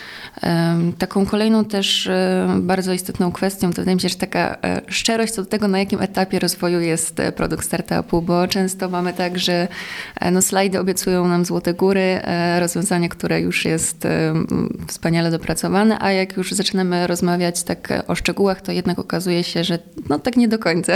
Speaker 5: Taką kolejną też bardzo istotną kwestią to wydaje mi się, że taka szczerość co do tego, na jakim etapie rozwoju jest produkt startupu, bo często mamy tak, że slajdy obiecują nam złote góry, rozwiązanie, które już jest wspaniale dopracowane, a jak już zaczynamy rozmawiać tak o szczegółach, to jednak okazuje się, że tak nie do końca.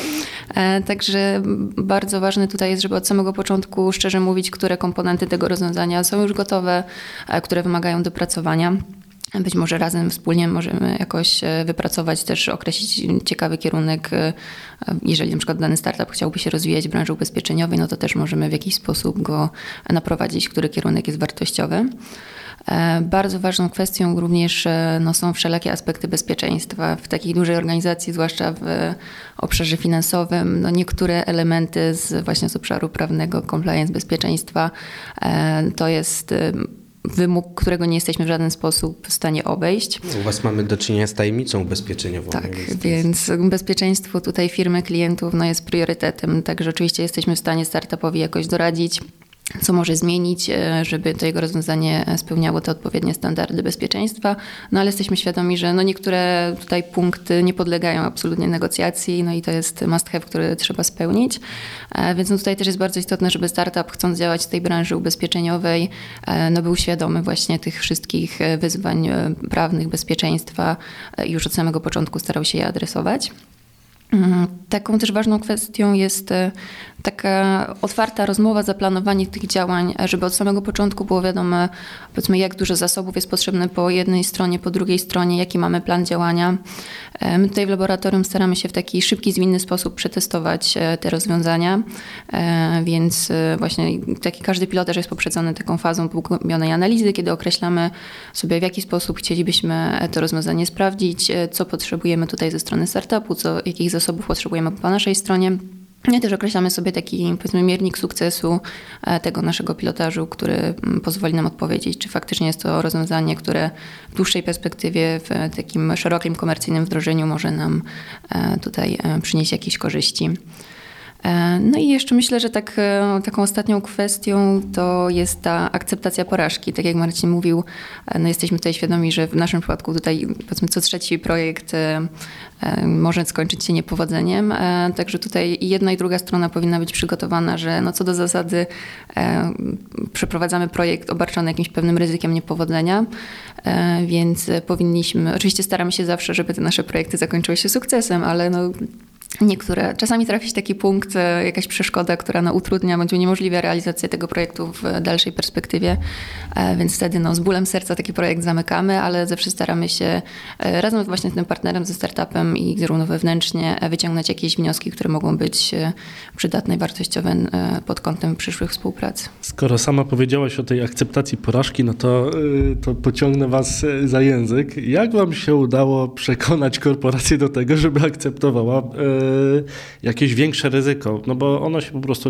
Speaker 5: Także bardzo ważne tutaj jest, żeby od samego początku szczerze mówić, które komponenty tego rozwiązania są już gotowe, które wymagają dopracowania. Być może razem, wspólnie możemy jakoś wypracować, też określić ciekawy kierunek. Jeżeli na przykład dany startup chciałby się rozwijać w branży ubezpieczeniowej, no to też możemy w jakiś sposób go naprowadzić, który kierunek jest wartościowy. Bardzo ważną kwestią również są wszelakie aspekty bezpieczeństwa. W takiej dużej organizacji, zwłaszcza w obszarze finansowym, niektóre elementy właśnie z obszaru prawnego, compliance, bezpieczeństwa, to jest wymóg, którego nie jesteśmy w żaden sposób w stanie obejść.
Speaker 3: U Was mamy do czynienia z tajemnicą ubezpieczeniową.
Speaker 5: Tak, więc bezpieczeństwo tutaj firmy, klientów jest priorytetem, także oczywiście jesteśmy w stanie startupowi jakoś doradzić co może zmienić, żeby to jego rozwiązanie spełniało te odpowiednie standardy bezpieczeństwa. No ale jesteśmy świadomi, że niektóre tutaj punkty nie podlegają absolutnie negocjacji, no i to jest must have, który trzeba spełnić. Więc tutaj też jest bardzo istotne, żeby startup, chcąc działać w tej branży ubezpieczeniowej, był świadomy właśnie tych wszystkich wyzwań prawnych, bezpieczeństwa i już od samego początku starał się je adresować. Taką też ważną kwestią jest taka otwarta rozmowa, zaplanowanie tych działań, żeby od samego początku było wiadome, powiedzmy, jak dużo zasobów jest potrzebne po jednej stronie, po drugiej stronie, jaki mamy plan działania. My tutaj w laboratorium staramy się w taki szybki, zwinny sposób przetestować te rozwiązania, więc właśnie taki każdy pilotaż jest poprzedzony taką fazą pogłębionej analizy, kiedy określamy sobie, w jaki sposób chcielibyśmy to rozwiązanie sprawdzić, co potrzebujemy tutaj ze strony startupu, jakich zasobów potrzebujemy po naszej stronie. I też określamy sobie taki, powiedzmy, miernik sukcesu tego naszego pilotażu, który pozwoli nam odpowiedzieć, czy faktycznie jest to rozwiązanie, które w dłuższej perspektywie, w takim szerokim komercyjnym wdrożeniu może nam tutaj przynieść jakieś korzyści. No i jeszcze myślę, że taką ostatnią kwestią to jest ta akceptacja porażki. Tak jak Marcin mówił, jesteśmy tutaj świadomi, że w naszym przypadku tutaj, powiedzmy, co trzeci projekt może skończyć się niepowodzeniem. Także tutaj i jedna i druga strona powinna być przygotowana, że co do zasady przeprowadzamy projekt obarczony jakimś pewnym ryzykiem niepowodzenia, więc oczywiście staramy się zawsze, żeby te nasze projekty zakończyły się sukcesem, ale czasami trafi się taki punkt, jakaś przeszkoda, która utrudnia bądź uniemożliwia realizację tego projektu w dalszej perspektywie, więc wtedy z bólem serca taki projekt zamykamy, ale zawsze staramy się razem właśnie z tym partnerem, ze startupem i zarówno wewnętrznie wyciągnąć jakieś wnioski, które mogą być przydatne i wartościowe pod kątem przyszłych współprac.
Speaker 2: Skoro sama powiedziałaś o tej akceptacji porażki, to pociągnę was za język. Jak wam się udało przekonać korporację do tego, żeby akceptowała jakieś większe ryzyko? No bo ono się po prostu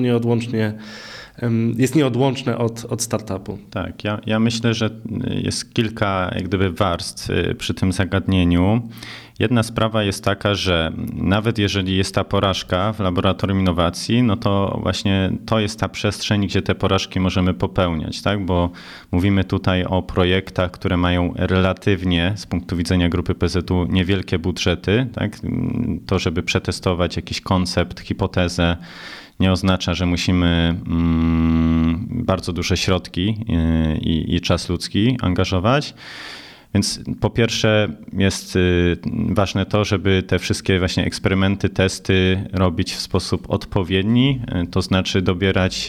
Speaker 2: jest nieodłączne od startupu.
Speaker 4: Tak, ja myślę, że jest kilka warstw przy tym zagadnieniu. Jedna sprawa jest taka, że nawet jeżeli jest ta porażka w laboratorium innowacji, to właśnie to jest ta przestrzeń, gdzie te porażki możemy popełniać, tak? Bo mówimy tutaj o projektach, które mają relatywnie z punktu widzenia grupy PZU niewielkie budżety, tak? To, żeby przetestować jakiś koncept, hipotezę, nie oznacza, że musimy bardzo duże środki i czas ludzki angażować. Więc po pierwsze jest ważne to, żeby te wszystkie właśnie eksperymenty, testy robić w sposób odpowiedni, to znaczy dobierać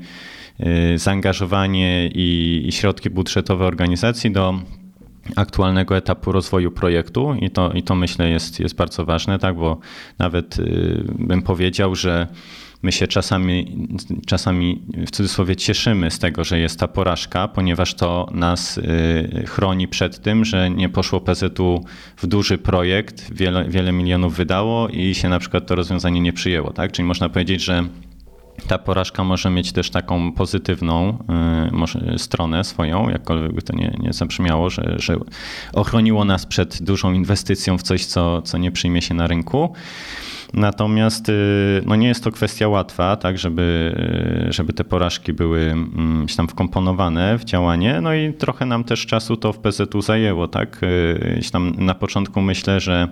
Speaker 4: zaangażowanie i środki budżetowe organizacji do aktualnego etapu rozwoju projektu i to myślę jest bardzo ważne, tak, bo nawet bym powiedział, że my się czasami w cudzysłowie cieszymy z tego, że jest ta porażka, ponieważ to nas chroni przed tym, że nie poszło PZU w duży projekt, wiele milionów wydało i się na przykład to rozwiązanie nie przyjęło, tak? Czyli można powiedzieć, że ta porażka może mieć też taką pozytywną stronę swoją, jakkolwiek by to nie zabrzmiało, że ochroniło nas przed dużą inwestycją w coś, co nie przyjmie się na rynku. Natomiast nie jest to kwestia łatwa, tak, żeby te porażki były tam wkomponowane w działanie. No i trochę nam też czasu to w PZU zajęło, tak. Tam na początku myślę, że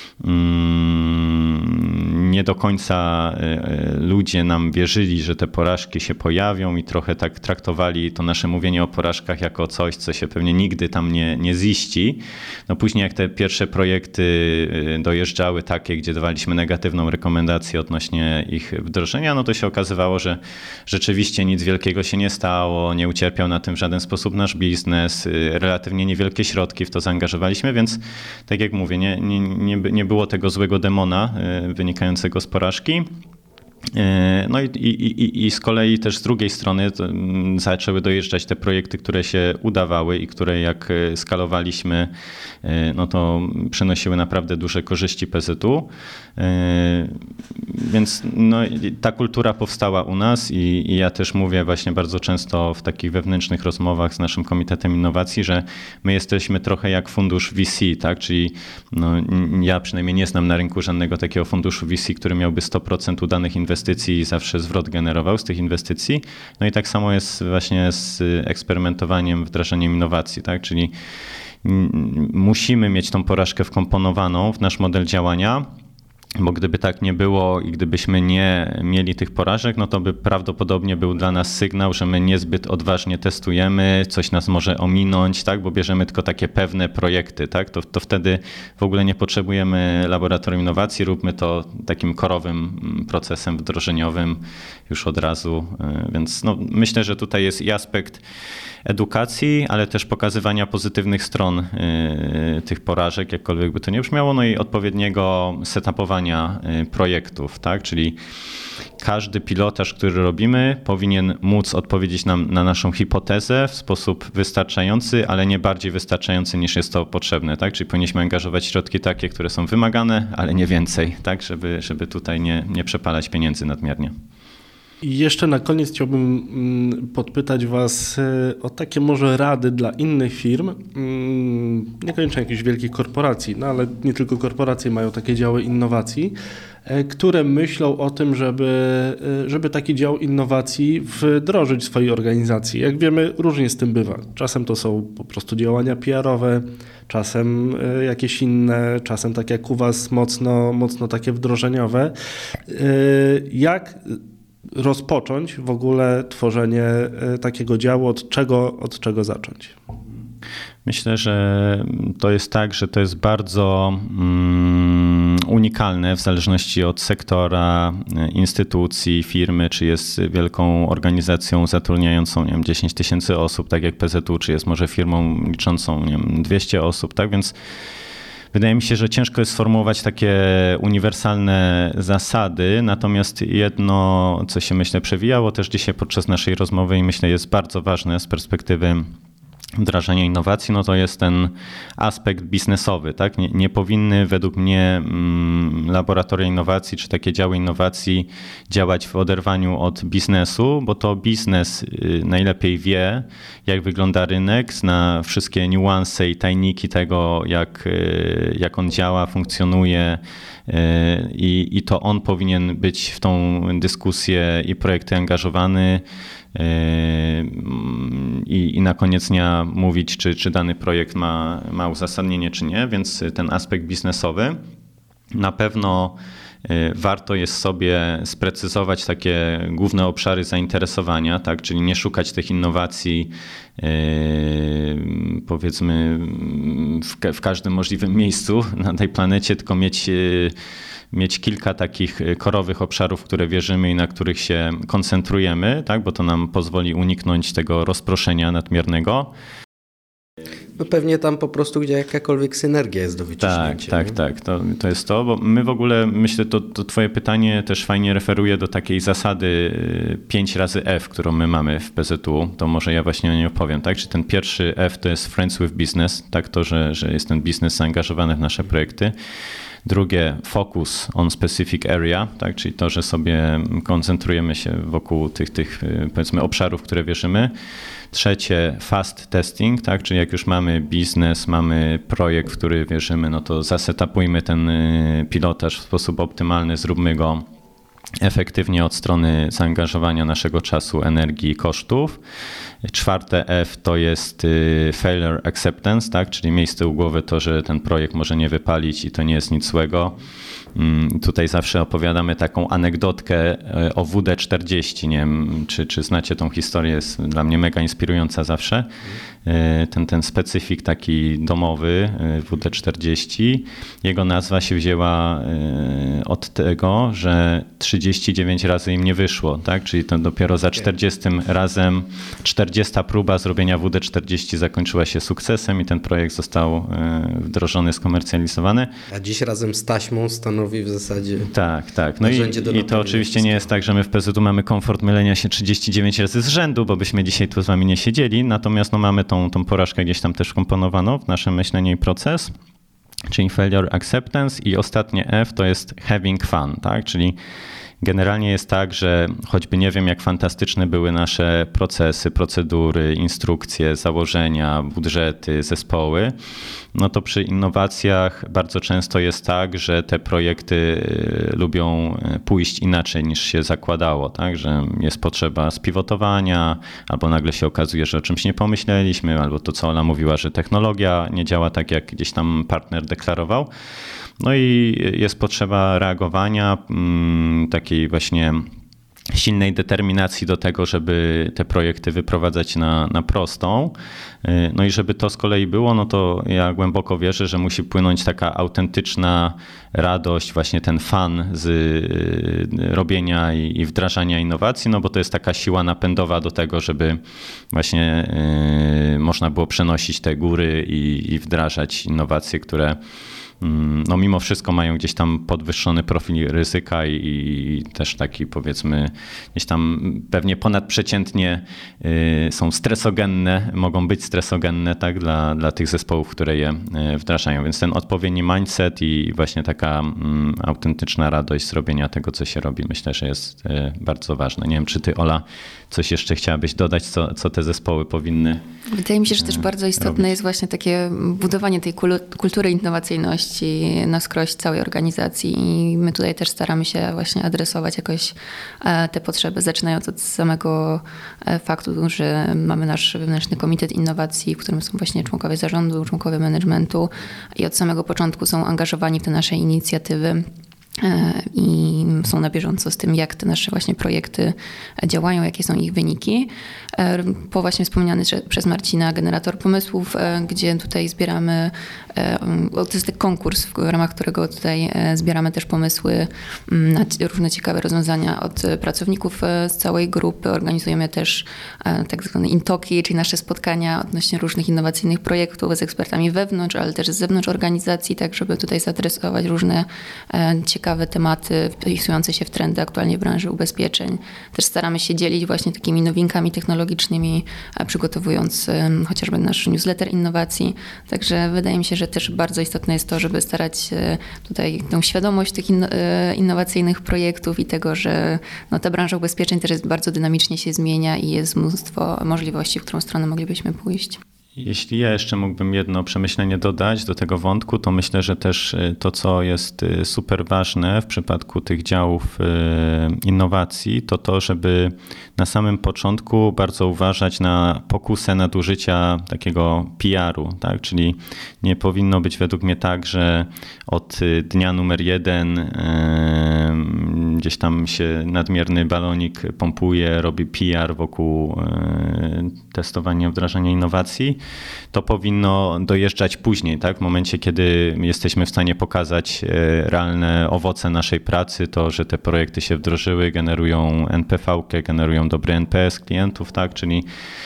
Speaker 4: nie do końca ludzie nam wierzyli, że te porażki się pojawią i trochę tak traktowali to nasze mówienie o porażkach jako coś, co się pewnie nigdy tam nie ziści. No później jak te pierwsze projekty dojeżdżały takie, gdzie dawaliśmy negatywną rekomendację odnośnie ich wdrożenia, no to się okazywało, że rzeczywiście nic wielkiego się nie stało, nie ucierpiał na tym w żaden sposób nasz biznes, relatywnie niewielkie środki w to zaangażowaliśmy, więc tak jak mówię, nie było tego złego demona wynikającego z porażki. No i z kolei też z drugiej strony zaczęły dojeżdżać te projekty, które się udawały i które jak skalowaliśmy, no to przynosiły naprawdę duże korzyści PZU. Więc ta kultura powstała u nas i ja też mówię właśnie bardzo często w takich wewnętrznych rozmowach z naszym Komitetem Innowacji, że my jesteśmy trochę jak fundusz VC, tak? Czyli ja przynajmniej nie znam na rynku żadnego takiego funduszu VC, który miałby 100% udanych inwestycji inwestycji i zawsze zwrot generował z tych inwestycji. No i tak samo jest właśnie z eksperymentowaniem, wdrażaniem innowacji, tak? Czyli musimy mieć tą porażkę wkomponowaną w nasz model działania, bo gdyby tak nie było i gdybyśmy nie mieli tych porażek, no to by prawdopodobnie był dla nas sygnał, że my niezbyt odważnie testujemy, coś nas może ominąć, tak, bo bierzemy tylko takie pewne projekty, tak, to wtedy w ogóle nie potrzebujemy laboratorium innowacji, róbmy to takim korowym procesem wdrożeniowym już od razu, więc no, myślę, że tutaj jest i aspekt edukacji, ale też pokazywania pozytywnych stron tych porażek, jakkolwiek by to nie brzmiało, no i odpowiedniego setupowania projektów, tak? Czyli każdy pilotaż, który robimy, powinien móc odpowiedzieć nam na naszą hipotezę w sposób wystarczający, ale nie bardziej wystarczający niż jest to potrzebne, tak? Czyli powinniśmy angażować środki takie, które są wymagane, ale nie więcej, tak? Żeby tutaj nie przepalać pieniędzy nadmiernie.
Speaker 2: I jeszcze na koniec chciałbym podpytać Was o takie może rady dla innych firm, niekoniecznie jakichś wielkich korporacji, no ale nie tylko korporacje mają takie działy innowacji, które myślą o tym, żeby taki dział innowacji wdrożyć w swojej organizacji. Jak wiemy, różnie z tym bywa. Czasem to są po prostu działania PR-owe, czasem jakieś inne, czasem tak jak u Was mocno takie wdrożeniowe. Jak rozpocząć w ogóle tworzenie takiego działu, od czego zacząć?
Speaker 4: Myślę, że to jest tak, że to jest bardzo unikalne w zależności od sektora, instytucji, firmy, czy jest wielką organizacją zatrudniającą, nie wiem, 10 000 osób, tak jak PZU, czy jest może firmą liczącą, nie wiem, 200 osób, tak, więc wydaje mi się, że ciężko jest sformułować takie uniwersalne zasady, natomiast jedno, co się myślę przewijało też dzisiaj podczas naszej rozmowy i myślę jest bardzo ważne z perspektywy wdrażania innowacji, no to jest ten aspekt biznesowy, tak? Nie powinny według mnie laboratoria innowacji czy takie działy innowacji działać w oderwaniu od biznesu, bo to biznes najlepiej wie, jak wygląda rynek, zna wszystkie niuanse i tajniki tego, jak on działa, funkcjonuje i to on powinien być w tą dyskusję i projekty angażowany, i na koniec dnia mówić, czy dany projekt ma uzasadnienie, czy nie, więc ten aspekt biznesowy na pewno warto jest sobie sprecyzować takie główne obszary zainteresowania, tak, czyli nie szukać tych innowacji powiedzmy w każdym możliwym miejscu na tej planecie, tylko mieć kilka takich korowych obszarów, w które wierzymy i na których się koncentrujemy, tak, bo to nam pozwoli uniknąć tego rozproszenia nadmiernego.
Speaker 3: No pewnie tam po prostu, gdzie jakakolwiek synergia jest do wyciągnięcia.
Speaker 4: Tak. To jest to, bo my w ogóle, myślę, to twoje pytanie też fajnie referuje do takiej zasady 5 razy F, którą my mamy w PZU. To może ja właśnie o niej opowiem, tak? Czy ten pierwszy F to jest Friends with Business, tak? To, że jest ten biznes zaangażowany w nasze projekty. Drugie, focus on specific area, tak? Czyli to, że sobie koncentrujemy się wokół tych powiedzmy obszarów, które wierzymy. Trzecie, fast testing, tak? Czyli jak już mamy biznes, mamy projekt, w który wierzymy, no to zasetapujmy ten pilotaż w sposób optymalny, zróbmy go efektywnie od strony zaangażowania naszego czasu, energii i kosztów. Czwarte F to jest failure acceptance, tak? Czyli mieć z tyłu głowy to, że ten projekt może nie wypalić i to nie jest nic złego. Tutaj zawsze opowiadamy taką anegdotkę o WD-40. Nie wiem, czy znacie tą historię, jest dla mnie mega inspirująca zawsze. Ten specyfik taki domowy WD-40, jego nazwa się wzięła od tego, że 39 razy im nie wyszło, tak? Czyli to dopiero za 40 razem 40 próba zrobienia WD-40 zakończyła się sukcesem i ten projekt został wdrożony, skomercjalizowany.
Speaker 3: A dziś razem z taśmą stanowi w zasadzie
Speaker 4: Tak. No i to oczywiście nie jest tak, że my w PZU mamy komfort mylenia się 39 razy z rzędu, bo byśmy dzisiaj tu z wami nie siedzieli, natomiast no mamy tą porażkę gdzieś tam też wkomponowaną w nasze myślenie i proces, czyli failure acceptance i ostatnie F to jest having fun, tak? Czyli generalnie jest tak, że choćby nie wiem, jak fantastyczne były nasze procesy, procedury, instrukcje, założenia, budżety, zespoły, no to przy innowacjach bardzo często jest tak, że te projekty lubią pójść inaczej niż się zakładało, tak? Że jest potrzeba spivotowania, albo nagle się okazuje, że o czymś nie pomyśleliśmy, albo to, co Ola mówiła, że technologia nie działa tak, jak gdzieś tam partner deklarował. No i jest potrzeba reagowania, takiej właśnie silnej determinacji do tego, żeby te projekty wyprowadzać na prostą. No i żeby to z kolei było, no to ja głęboko wierzę, że musi płynąć taka autentyczna radość, właśnie ten fan z robienia i wdrażania innowacji, no bo to jest taka siła napędowa do tego, żeby właśnie można było przenosić te góry i wdrażać innowacje, które no mimo wszystko mają gdzieś tam podwyższony profil ryzyka i też taki, powiedzmy, gdzieś tam pewnie ponadprzeciętnie są stresogenne, mogą być stresogenne, tak, dla tych zespołów, które je wdrażają. Więc ten odpowiedni mindset i właśnie taka autentyczna radość z robienia tego, co się robi, myślę, że jest bardzo ważne. Nie wiem, czy ty, Ola, coś jeszcze chciałabyś dodać, co te zespoły powinny
Speaker 5: Wydaje mi się, że też bardzo istotne
Speaker 4: robić.
Speaker 5: jest właśnie takie budowanie tej kultury innowacyjności na skroś całej organizacji i my tutaj też staramy się właśnie adresować jakoś te potrzeby, zaczynając od samego faktu, że mamy nasz wewnętrzny komitet innowacji, w którym są właśnie członkowie zarządu, członkowie managementu i od samego początku są angażowani w te nasze inicjatywy i są na bieżąco z tym, jak te nasze właśnie projekty działają, jakie są ich wyniki. Po właśnie wspomniany przez Marcina generator pomysłów, gdzie tutaj zbieramy, to jest taki konkurs, w ramach którego tutaj zbieramy też pomysły na różne ciekawe rozwiązania od pracowników z całej grupy. Organizujemy też tak zwane intoki, czyli nasze spotkania odnośnie różnych innowacyjnych projektów z ekspertami wewnątrz, ale też z zewnątrz organizacji, tak żeby tutaj zaadresować różne ciekawe tematy wpisujące się w trendy aktualnie w branży ubezpieczeń. Też staramy się dzielić właśnie takimi nowinkami technologicznymi, przygotowując chociażby nasz newsletter innowacji. Także wydaje mi się, że też bardzo istotne jest to, żeby starać tutaj tą świadomość tych innowacyjnych projektów i tego, że no, ta branża ubezpieczeń też jest bardzo dynamicznie się zmienia i jest mnóstwo możliwości, w którą stronę moglibyśmy pójść.
Speaker 4: Jeśli ja jeszcze mógłbym jedno przemyślenie dodać do tego wątku, to myślę, że też to, co jest super ważne w przypadku tych działów innowacji, to to, żeby na samym początku bardzo uważać na pokusę nadużycia takiego PR-u, tak? Czyli nie powinno być według mnie tak, że od dnia numer 1 gdzieś tam się nadmierny balonik pompuje, robi PR wokół testowania, wdrażania innowacji. To powinno dojeżdżać później, tak? W momencie, kiedy jesteśmy w stanie pokazać realne owoce naszej pracy, to, że te projekty się wdrożyły, generują NPV-kę, generują dobry NPS klientów, tak? Czyli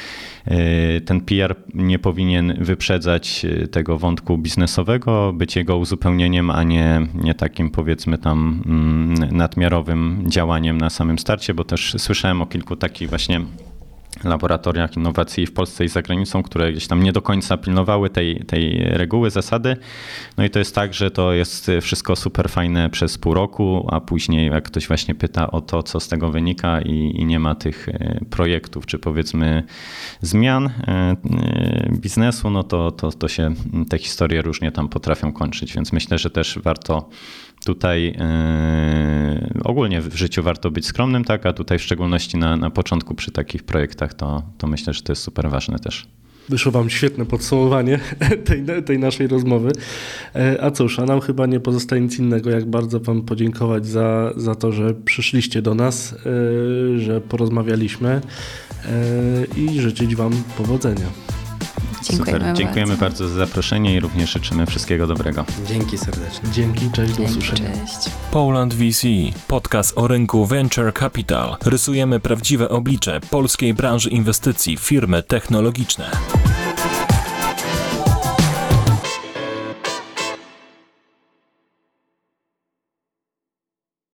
Speaker 4: ten PR nie powinien wyprzedzać tego wątku biznesowego, być jego uzupełnieniem, a nie takim, powiedzmy, tam nadmiarowym działaniem na samym starcie, bo też słyszałem o kilku takich właśnie laboratoriach innowacji w Polsce i za granicą, które gdzieś tam nie do końca pilnowały tej reguły, zasady. No i to jest tak, że to jest wszystko super fajne przez pół roku, a później jak ktoś właśnie pyta o to, co z tego wynika i nie ma tych projektów, czy powiedzmy zmian biznesu, no to się te historie różnie tam potrafią kończyć, więc myślę, że też warto tutaj ogólnie w życiu warto być skromnym, tak, a tutaj w szczególności na początku przy takich projektach to myślę, że to jest super ważne też.
Speaker 2: Wyszło wam świetne podsumowanie tej naszej rozmowy. A cóż, a nam chyba nie pozostaje nic innego, jak bardzo wam podziękować za to, że przyszliście do nas, że porozmawialiśmy i życzyć wam powodzenia.
Speaker 4: Dziękujemy bardzo za zaproszenie i również życzymy wszystkiego dobrego.
Speaker 3: Dzięki serdecznie.
Speaker 2: Dzięki, cześć, do usłyszenia.
Speaker 5: Cześć.
Speaker 1: Poland VC, podcast o rynku Venture Capital. Rysujemy prawdziwe oblicze polskiej branży inwestycji, firmy technologiczne.